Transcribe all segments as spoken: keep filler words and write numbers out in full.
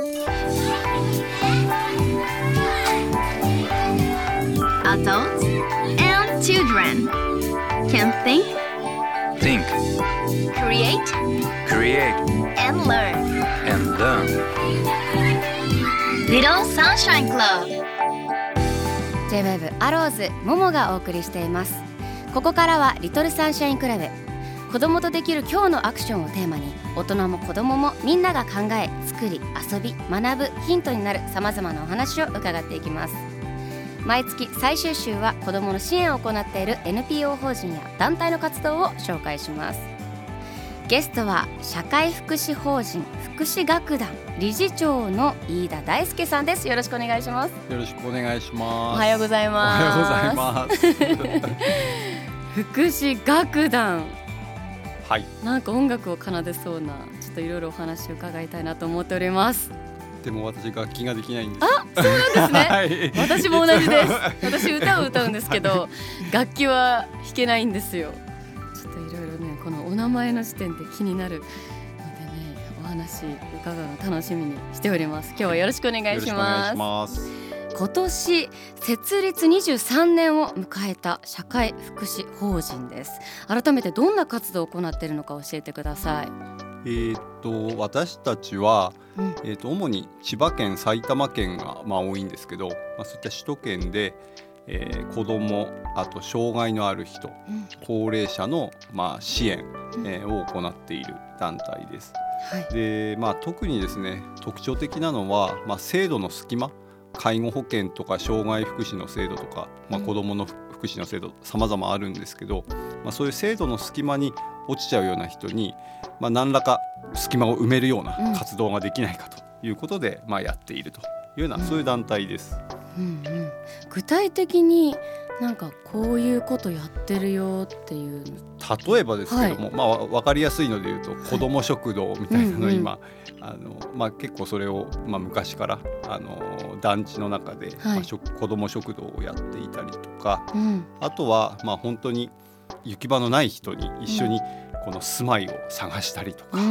Adults and children can think, Think, create, create, and learn. and learn. Little Sunshine Club。 J-ウェーブ アローズももがお送りしています。ここからはリトルサンシャインクラブ。子供とできる今日のアクションをテーマに、大人も子供もみんなが考え、作り、遊び、学ぶヒントになるさまざまなお話を伺っていきます。毎月最終週は子どもの支援を行っている エヌピーオー 法人や団体の活動を紹介します。ゲストは社会福祉法人福祉楽団理事長の飯田大輔さんです。よろしくお願いします。 よろしくお願いします。 おはようございます。 おはようございます福祉楽団、 はい、 なんか音楽を奏でそうな、ちょっといろいろお話を伺いたいなと思っております。 でも私楽器ができないんです。 あ、そうなんですね、 はい、 私も同じです。私歌を歌うんですけど楽器は弾けないんですよ。ちょっといろいろね、このお名前の時点で気になるのでね、お話伺うの楽しみにしております。今日はよろしくお願いします。 よろしくお願いします。 今年設立にじゅうさんねんを迎えた社会福祉法人です。改めてどんな活動を行っているのか教えてください。 えー、と私たちは、うんえー、と主に千葉県埼玉県が、まあ、多いんですけど、まあ、そういった首都圏で、えー、子ども、あと障害のある人、うん、高齢者の、まあ、支援、うんえー、を行っている団体です。はい、でまあ、特にですね、特徴的なのは、まあ、制度の隙間、介護保険とか障害福祉の制度とか、まあ、子どもの福祉の制度様々あるんですけど、まあ、そういう制度の隙間に落ちちゃうような人に、まあ、何らか隙間を埋めるような活動ができないかということで、うんまあ、やっているというような、そういう団体です。 うんうん、具体的になんかこういうことやってるよっていう、 例えばですけども、はいまあ、分かりやすいので言うと子ども食堂みたいなのを今、うんうん、あのまあ、結構それを、まあ、昔からあの団地の中で、はいまあ、食子ども食堂をやっていたりとか、うん、あとは、まあ、本当に行き場のない人に一緒にこの住まいを探したりとか、うん、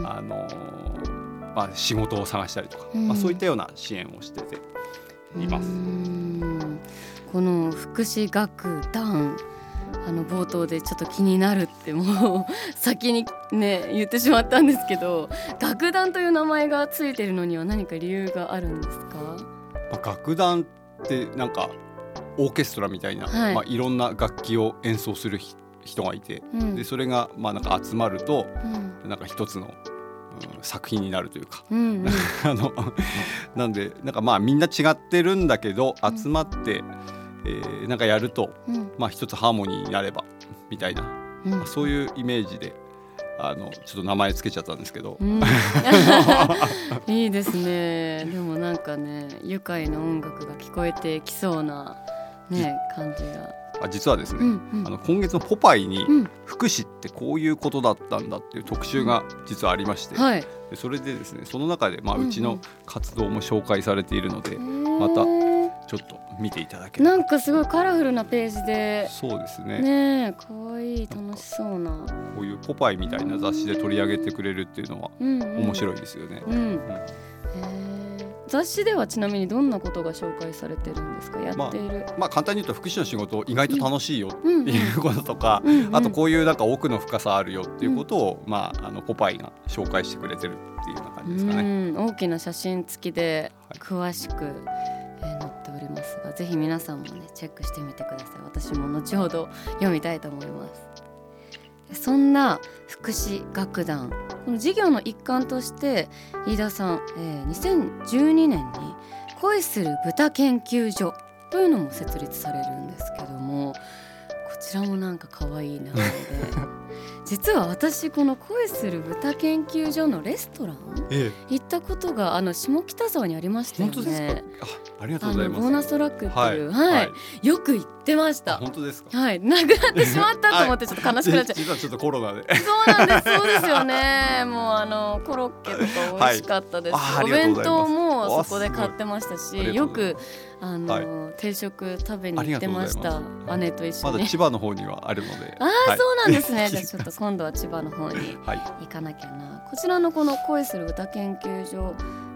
あのまあ、仕事を探したりとか、うんまあ、そういったような支援をしてています。うんこの福祉楽団、あの冒頭でちょっと気になるってもう先にね言ってしまったんですけど、楽団という名前がついているのには何か理由があるんですか？ まあ、楽団ってなんかオーケストラみたいな、はいまあ、いろんな楽器を演奏する人がいて、うん、でそれがまあなんか集まると、うん、なんか一つの、うん、作品になるというか、うんうん、あのなんでなんかまあみんな違ってるんだけど集まって、うんえー、なんかやると、うんまあ、一つハーモニーになればみたいな、うんまあ、そういうイメージであのちょっと名前つけちゃったんですけど、うん、 いいですね。でもなんかね、愉快な音楽が聞こえてきそうな、ね、感じが。 あ実はですね、うんうん、あの今月のポパイに、うん、福祉ってこういうことだったんだっていう特集が実はありまして、うんはい、でそれでですね、その中で、まあ、うちの活動も紹介されているので、うんうん、またちょっと見ていただければ。 なんかすごいカラフルなページで、 そうですね。 ねえ、かわいい、楽しそうな。 こういうポパイみたいな雑誌で取り上げてくれるっていうのは面白いですよね。うんうんうん、 雑誌ではちなみにどんなことが紹介されてるんですか？やっている、 まあまあ、簡単に言うと福祉の仕事意外と楽しいよっていうこととか、うんうん、あとこういうなんか奥の深さあるよっていうことを、うんまあ、あのポパイが紹介してくれてるっていうような感じですかね。 うん大きな写真付きで詳しく、はいえー、載っておりますが、ぜひ皆さんもねチェックしてみてください。私も後ほど読みたいと思います。そんな福祉楽団、この事業の一環として飯田さん、えー、にせんじゅうにねんに恋する豚研究所というのも設立されるんですけども、こちらもなんか可愛い名前で実は私この恋する豚研究所のレストラン、ええ、行ったことがあの下北沢にありましたよね。 本当ですか？あ、ありがとうございます。 ボーナストラックっていう、はいはいはい、よく行ってました。 本当ですか？ はい、なくなってしまったと思ってちょっと悲しくなっちゃう実はちょっとコロナでそうなんです、そうですよね。もうあのコロッケとか美味しかったです、はい、お弁当もそこで買ってましたし、よくあの、はい、定食食べに行ってました。姉と一緒に。 まだ千葉の方にはあるので。 あ、はい、そうなんですね。じゃあちょっと今度は千葉の方に行かなきゃな、はい、こちらのこの恋する歌研究所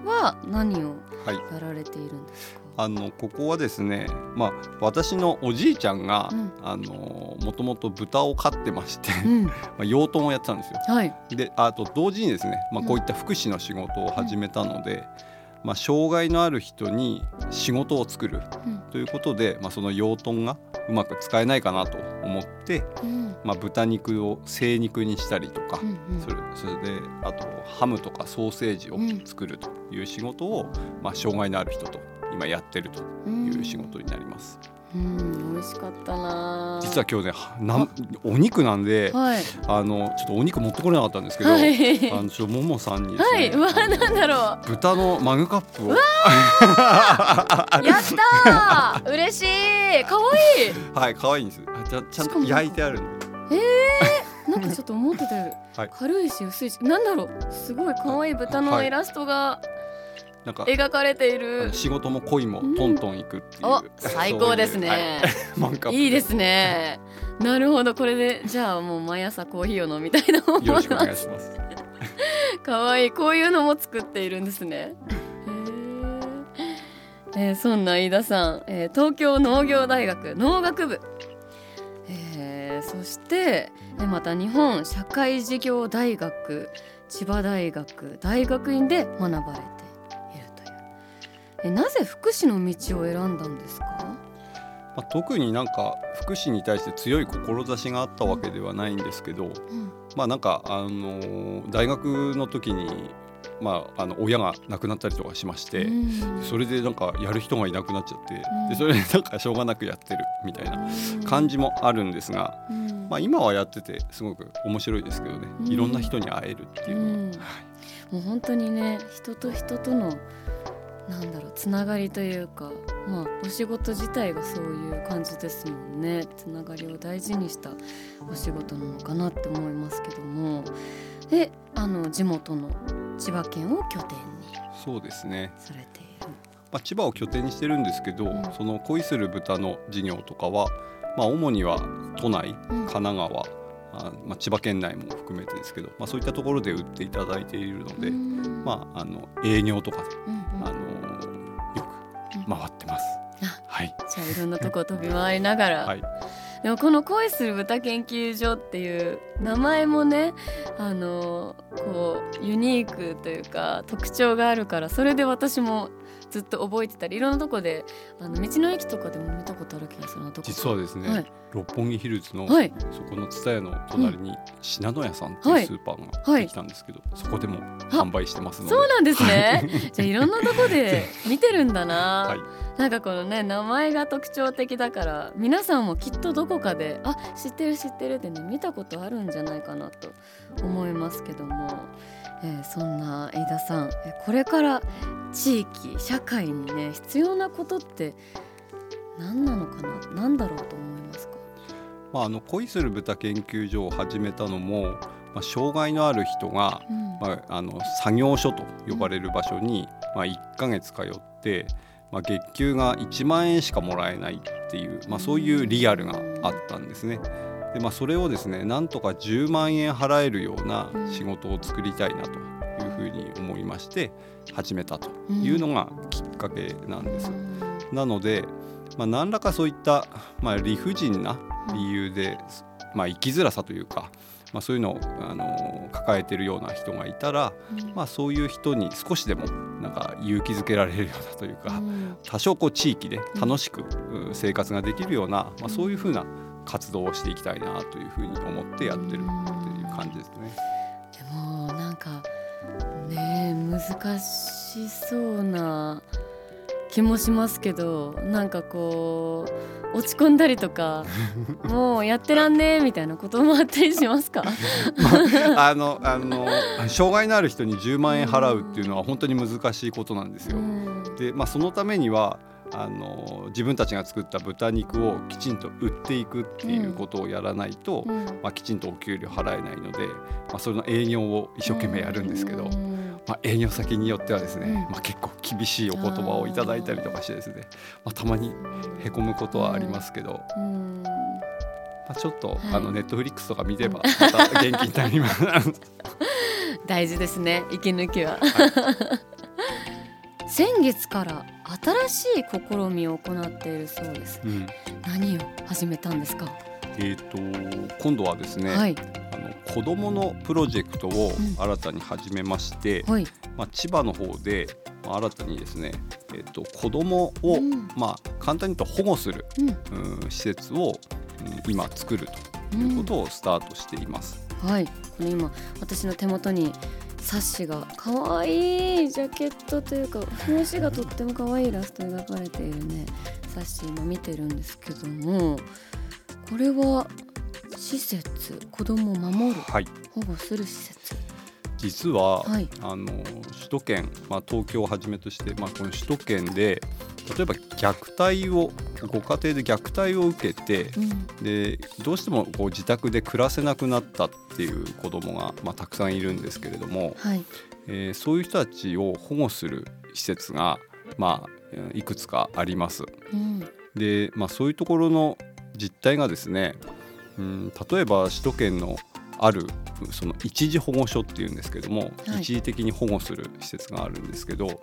は何をはい、 やられているんですか？ あのここはですね、まあ、私のおじいちゃんが、 うん、 あのもともと豚を飼ってまして、 うん、 まあ養豚をやってたんですよ。 はい、 であと同時にですね、まあ、こういった福祉の仕事を始めたので、うんまあ、障害のある人に仕事を作るということで、まあ、その養豚がうまく使えないかなと思って、 うんまあ、豚肉を精肉にしたりとか、 うんうん、 それ、それであとハムとかソーセージを作るという仕事を、まあ、障害のある人と今やってるという仕事になります。 うん、美味しかったな。 実は今日ねなお肉なんで、はい、あのちょっとお肉持ってこれなかったんですけど、はい、あのちょっとももさんにですね、 はい、うわなんだろう豚のマグカップをやったー嬉しいかわいいはいかわいいんです。ちゃ、ちゃんと焼いてあるんでえー、なんかちょっと思ってたより、はい、軽いし薄いしなんだろうすごいかわいい豚のイラストが、はいなんか描かれている。 仕事も恋もトントンいくっていう、うん、 お最高ですね、はい、いいですねなるほどこれでじゃあもう毎朝コーヒーを飲みたいと思います。 よろしくお願いしますかわいいこういうのも作っているんですねへえー、そんな飯田さん、えー、東京農業大学農学部、えー、そしてまた日本社会事業大学千葉大学大学院で学ばれてえなぜ福祉の道を選んだんですか？ まあ、特になんか福祉に対して強い志があったわけではないんですけど、うん、まあなんかあの大学の時にまああの親が亡くなったりとかしまして、うん、それでなんかやる人がいなくなっちゃって、うん、でそれでなんかしょうがなくやってるみたいな感じもあるんですが、うん、まあ今はやっててすごく面白いですけどね、いろんな人に会えるっていうのは、うんはい、 もう本当にね人と人とのなんだろうつながりというか、まあ、お仕事自体がそういう感じですもんね。つながりを大事にしたお仕事なのかなって思いますけどもであの地元の千葉県を拠点にそうですねされている、 まあ、千葉を拠点にしてるんですけど、うん、その恋する豚の事業とかは、まあ、主には都内、うん、神奈川あまあ、千葉県内も含めてですけど、まあ、そういったところで売っていただいているので、まあ、あの営業とかで、うんうん、あのよく回ってます、 うんはい、じゃあいろんなとこ飛び回りながら、はい、でもこの恋する豚研究所っていう名前もねあのこうユニークというか特徴があるからそれで私もずっと覚えてたりいろんなとこであの道の駅とかでも見たことある気がするなとこ実はですね、はい、六本木ヒルズの、 はい、 そこの蔦屋の隣に信濃屋さんっていうスーパーができたんですけど、はいはい、そこでも販売してますのでそうなんですねじゃあいろんなとこで見てるんだな、はい、なんかこのね名前が特徴的だから皆さんもきっとどこかであ知ってる知ってるってね見たことあるんじゃないかなと思いますけどもえー、そんな飯田さんこれから地域社会にね必要なことって何なのかな何だろうと思いますか？ まあ、あの恋する豚研究所を始めたのも、まあ、障害のある人が、うんまあ、あの作業所と呼ばれる場所に、うんまあ、いっかげつ通って、まあ、月給がいちまんえんしかもらえないっていう、まあ、そういうリアルがあったんですね。でまあ、それをですねなんとかじゅうまんえん払えるような仕事を作りたいなというふうに思いまして始めたというのがきっかけなんです。なので、まあ、何らかそういった、まあ、理不尽な理由で、まあ、生きづらさというか、まあ、そういうのをあの抱えているような人がいたら、まあ、そういう人に少しでもなんか勇気づけられるようなというか多少こう地域で楽しく生活ができるような、まあ、そういうふうな活動をしていきたいなというふうに思ってやってるっていう感じですね。 でもなんかね難しそうな気もしますけどなんかこう落ち込んだりとかもうやってらんねえみたいなこともあったりしますか？ まあ、あのあの障害のある人にじゅうまんえん払うっていうのは本当に難しいことなんですよ。で、まあ、そのためにはあの自分たちが作った豚肉をきちんと売っていくっていうことをやらないと、うんまあ、きちんとお給料払えないので、まあ、それの営業を一生懸命やるんですけど、うんまあ、営業先によってはですね、うんまあ、結構厳しいお言葉をいただいたりとかしてですね、まあ、たまにへこむことはありますけど、うんまあ、ちょっと、はい、あのネットフリックスとか見ればまた元気になります大事ですね息抜きは、はい先月から新しい試みを行っているそうですね、 うん、 何を始めたんですか？ えー、と今度はですね、 はい、 あの子どものプロジェクトを新たに始めまして、 うんはい、 まあ、千葉の方で、まあ、新たにですね、えー、と子どもを、うんまあ、簡単に言うと保護する、うんうん、施設を、うん、今作るということをスタートしています、 うん、はい、この今私の手元に冊子がかわいいジャケットというか表紙がとってもかわいいイラスト描かれているね冊子今見てるんですけども、これは施設、子どもを守る、はい、保護する施設、 実は、はい、あの首都圏、まあ、東京をはじめとして、まあ、この首都圏で例えば虐待をご家庭で虐待を受けて、うん、でどうしてもこう自宅で暮らせなくなったっていう子どもが、まあ、たくさんいるんですけれども、はいえー、そういう人たちを保護する施設が、まあ、いくつかあります、うん、で、まあ、そういうところの実態がですね、うん、例えば首都圏のあるその一時保護所っていうんですけども、はい、一時的に保護する施設があるんですけど、うん、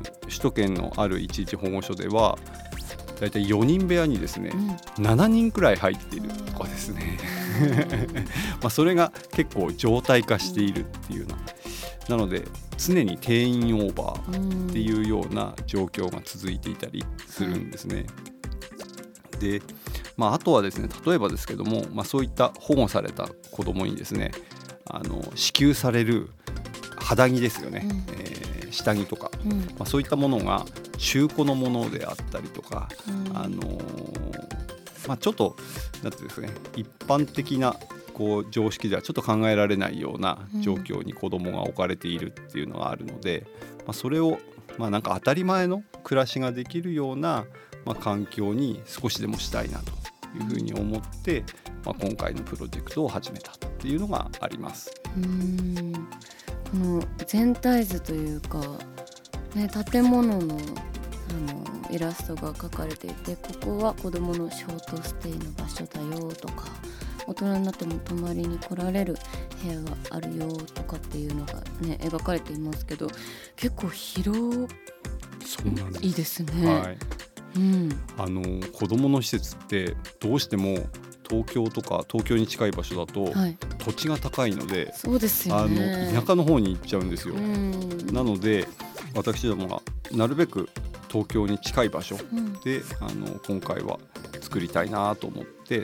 首都圏のある一時保護所ではだいたいよにん部屋にですね、うん、ななにんくらい入っているとかですねまあそれが結構常態化しているっていうような、なので常に定員オーバーっていうような状況が続いていたりするんですね、うん、でまあ、あとはですね、例えばですけども、まあ、そういった保護された子どもにですね、あの支給される肌着ですよね、うんえー、下着とか、うんまあ、そういったものが中古のものであったりとか、うんあのーまあ、ちょっとなんていうんですかね、一般的なこう常識ではちょっと考えられないような状況に子どもが置かれているっていうのがあるので、まあ、それをまあなんか当たり前の暮らしができるようなまあ環境に少しでもしたいなというふうに思って、まあ、今回のプロジェクトを始めたっていうのがあります。 うーんこの全体図というか、ね、建物の、あのイラストが描かれていて、ここは子どものショートステイの場所だよとか、大人になっても泊まりに来られる部屋があるよとかっていうのが、ね、描かれていますけど、結構広いですね。 はいうん、あの子どもの施設ってどうしても東京とか東京に近い場所だと、はい、土地が高いので、 そうですよね、 あの田舎の方に行っちゃうんですよ。なので私どもがなるべく東京に近い場所で、うん、あの今回は作りたいなと思って、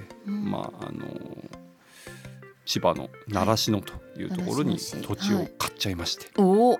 うんまあ、あの千葉の習志野というところに土地を買っちゃいまして、はい、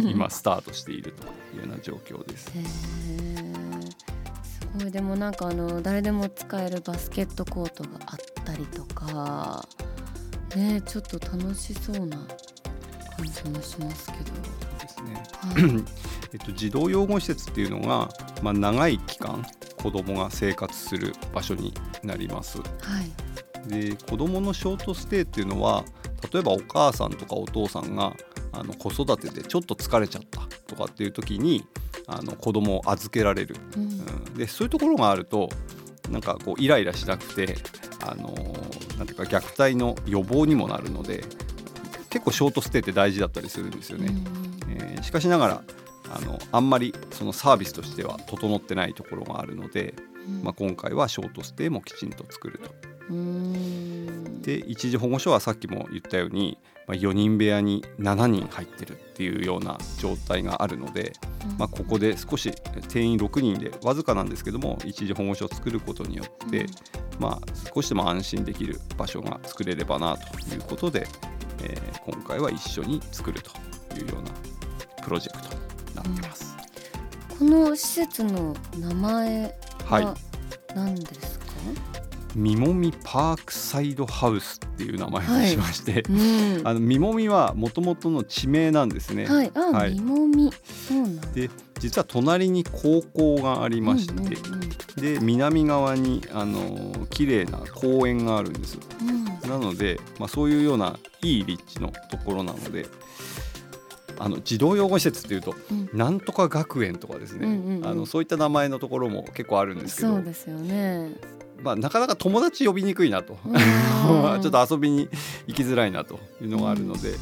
今スタートしているというような状況です。 へーすごい。でもなんかあの誰でも使えるバスケットコートがあったりとかね、ちょっと楽しそうな感じもしますけど。 そうですね、はいえっと、児童養護施設っていうのが、まあ、長い期間子どもが生活する場所になります。はいで子どものショートステイっていうのは、例えばお母さんとかお父さんがあの子育てでちょっと疲れちゃったとかっていう時にあの子どもを預けられる、うんうん、でそういうところがあるとなんかこうイライラしなくて、あのー、なんていうか虐待の予防にもなるので、結構ショートステイって大事だったりするんですよね、うんえー、しかしながらあのあんまりそのサービスとしては整ってないところがあるので、うんまあ、今回はショートステイもきちんと作ると。うーんで一時保護所はさっきも言ったように、まあ、よにん部屋にななにん入ってるっていうような状態があるので、うんまあ、ここで少し定員ろくにんでわずかなんですけども一時保護所を作ることによって、うんまあ、少しでも安心できる場所が作れればなということで、えー、今回は一緒に作るというようなプロジェクトになってます、 うん、この施設の名前は何ですか？ みもみパークサイドハウスっていう名前をしまして、はいうん、あのみもみはもともとの地名なんですね。 はい、あ、はい、みもみ。そうなんだ。 で、実は隣に高校がありまして、うんうんうん、で南側にあの綺麗な公園があるんです。うん、なので、まあ、そういうようないい立地のところなので。あの児童養護施設っていうと、うん、なんとか学園とかですね、うんうんうん、あのそういった名前のところも結構あるんですけど、 そうですよね。 まあ、なかなか友達呼びにくいなとちょっと遊びに行きづらいなというのがあるので、うん、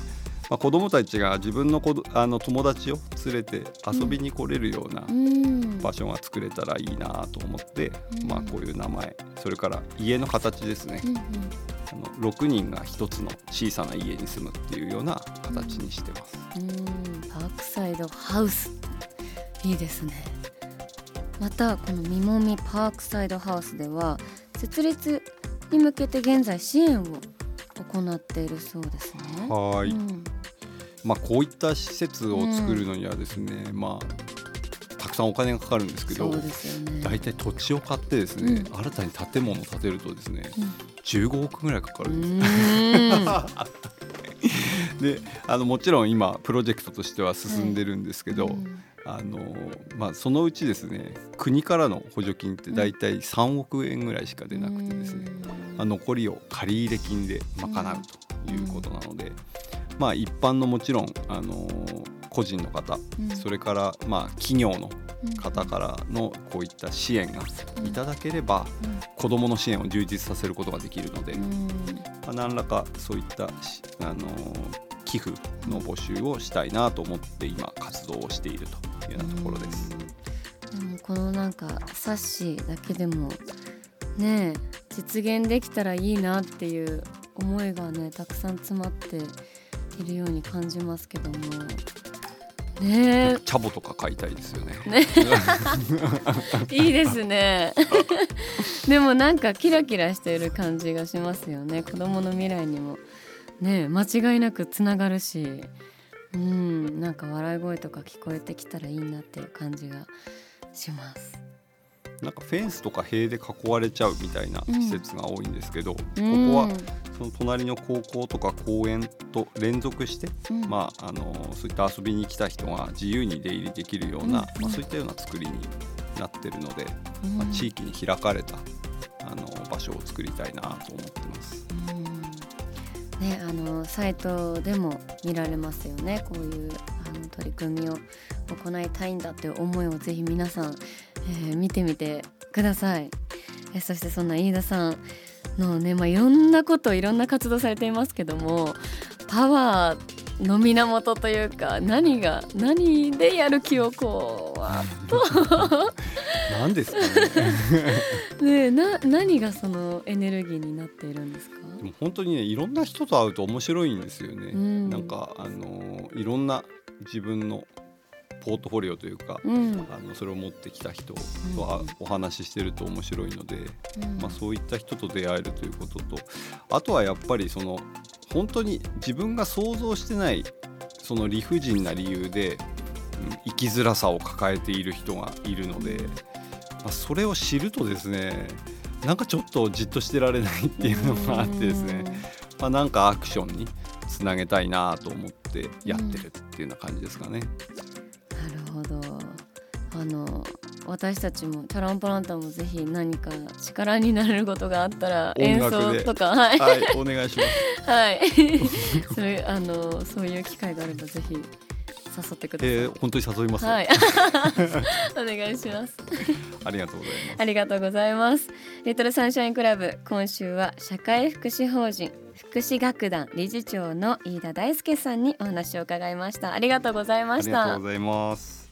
まあ、子どもたちが自分の子どあの友達を連れて遊びに来れるようなうん場所が作れたらいいなと思って、 うんまあ、こういう名前、それから家の形ですね、 うんうんあのろくにんがひとつの小さな家に住むっていうような形にしてます。 うんパークサイドハウス、いいですね。またこのみもみパークサイドハウスでは設立に向けて現在支援を行っているそうですね。 はい、 うんまあ、こういった施設を作るのにはですね、うんまあ、たくさんお金がかかるんですけど、 そうですよね。 だいたい土地を買ってですね、 うん新たに建物を建てるとですね、 うんじゅうごおくぐらいかかるんです。 うーんであのもちろん今プロジェクトとしては進んでるんですけど、 うんあのまあ、そのうちですね国からの補助金ってだいたいさんおくえんぐらいしか出なくてですね、まあ、残りを借入金で賄うということなので、まあ、一般のもちろん、あの個人の方、 うんそれからまあ企業の方からのこういった支援がいただければ、子どもの支援を充実させることができるので、 うんまあ、何らかそういったし、あの寄付の募集をしたいなと思って今活動をしているというようなところです。 うんでもこのなんか冊子だけでもね実現できたらいいなっていう思いがねたくさん詰まっているように感じますけどもねチャボとか買いたいですよね。 ねいいですねでもなんかキラキラしている感じがしますよね。子供の未来にもね間違いなくつながるし、うんなんか笑い声とか聞こえてきたらいいなっていう感じがします。 なんかフェンスとか塀で囲われちゃうみたいな施設が多いんですけど、 うんここはその隣の高校とか公園と連続して、 うんまあ、あのそういった遊びに来た人が自由に出入りできるような、 うんまあ、そういったような作りになってるので、 うんまあ、地域に開かれたあの場所を作りたいなと思ってます。 うんね、あのサイトでも見られますよね。こういうあの取り組みを行いたいんだという思いをぜひ皆さん、えー見てみてください。えそしてそんな飯田さんのね、まあ、いろんなこといろんな活動されていますけども、パワーの源というか何が何でやる気をこうわっと何ですかねねな何がそのエネルギーになっているんですか？ でも本当にねいろんな人と会うと面白いんですよね。 うんなんかあのいろんな自分のポートフォリオというか、 うんあのそれを持ってきた人とはお話ししてると面白いので、 うんまあ、そういった人と出会えるということと、あとはやっぱりその本当に自分が想像してないその理不尽な理由で、うん、生きづらさを抱えている人がいるので、まあ、それを知るとですねなんかちょっとじっとしてられないっていうのがあってですね、まあ、なんかアクションにつなげたいなと思ってやってるっていうような感じですかね。 なるほど。あの私たちもチャランポランタンもぜひ何か力になれることがあったら演音楽で奏とかはい、 はい、お願いします。 はいそれあのそういう機会があればぜひ誘ってください。 えー、本当に誘いますよ、 はいお願いします。 ありがとうございます。 ありがとうございます。リトルサンシャインクラブ、今週は社会福祉法人福祉楽団理事長の飯田大輔さんにお話を伺いました。ありがとうございまあした。 りがとうございます。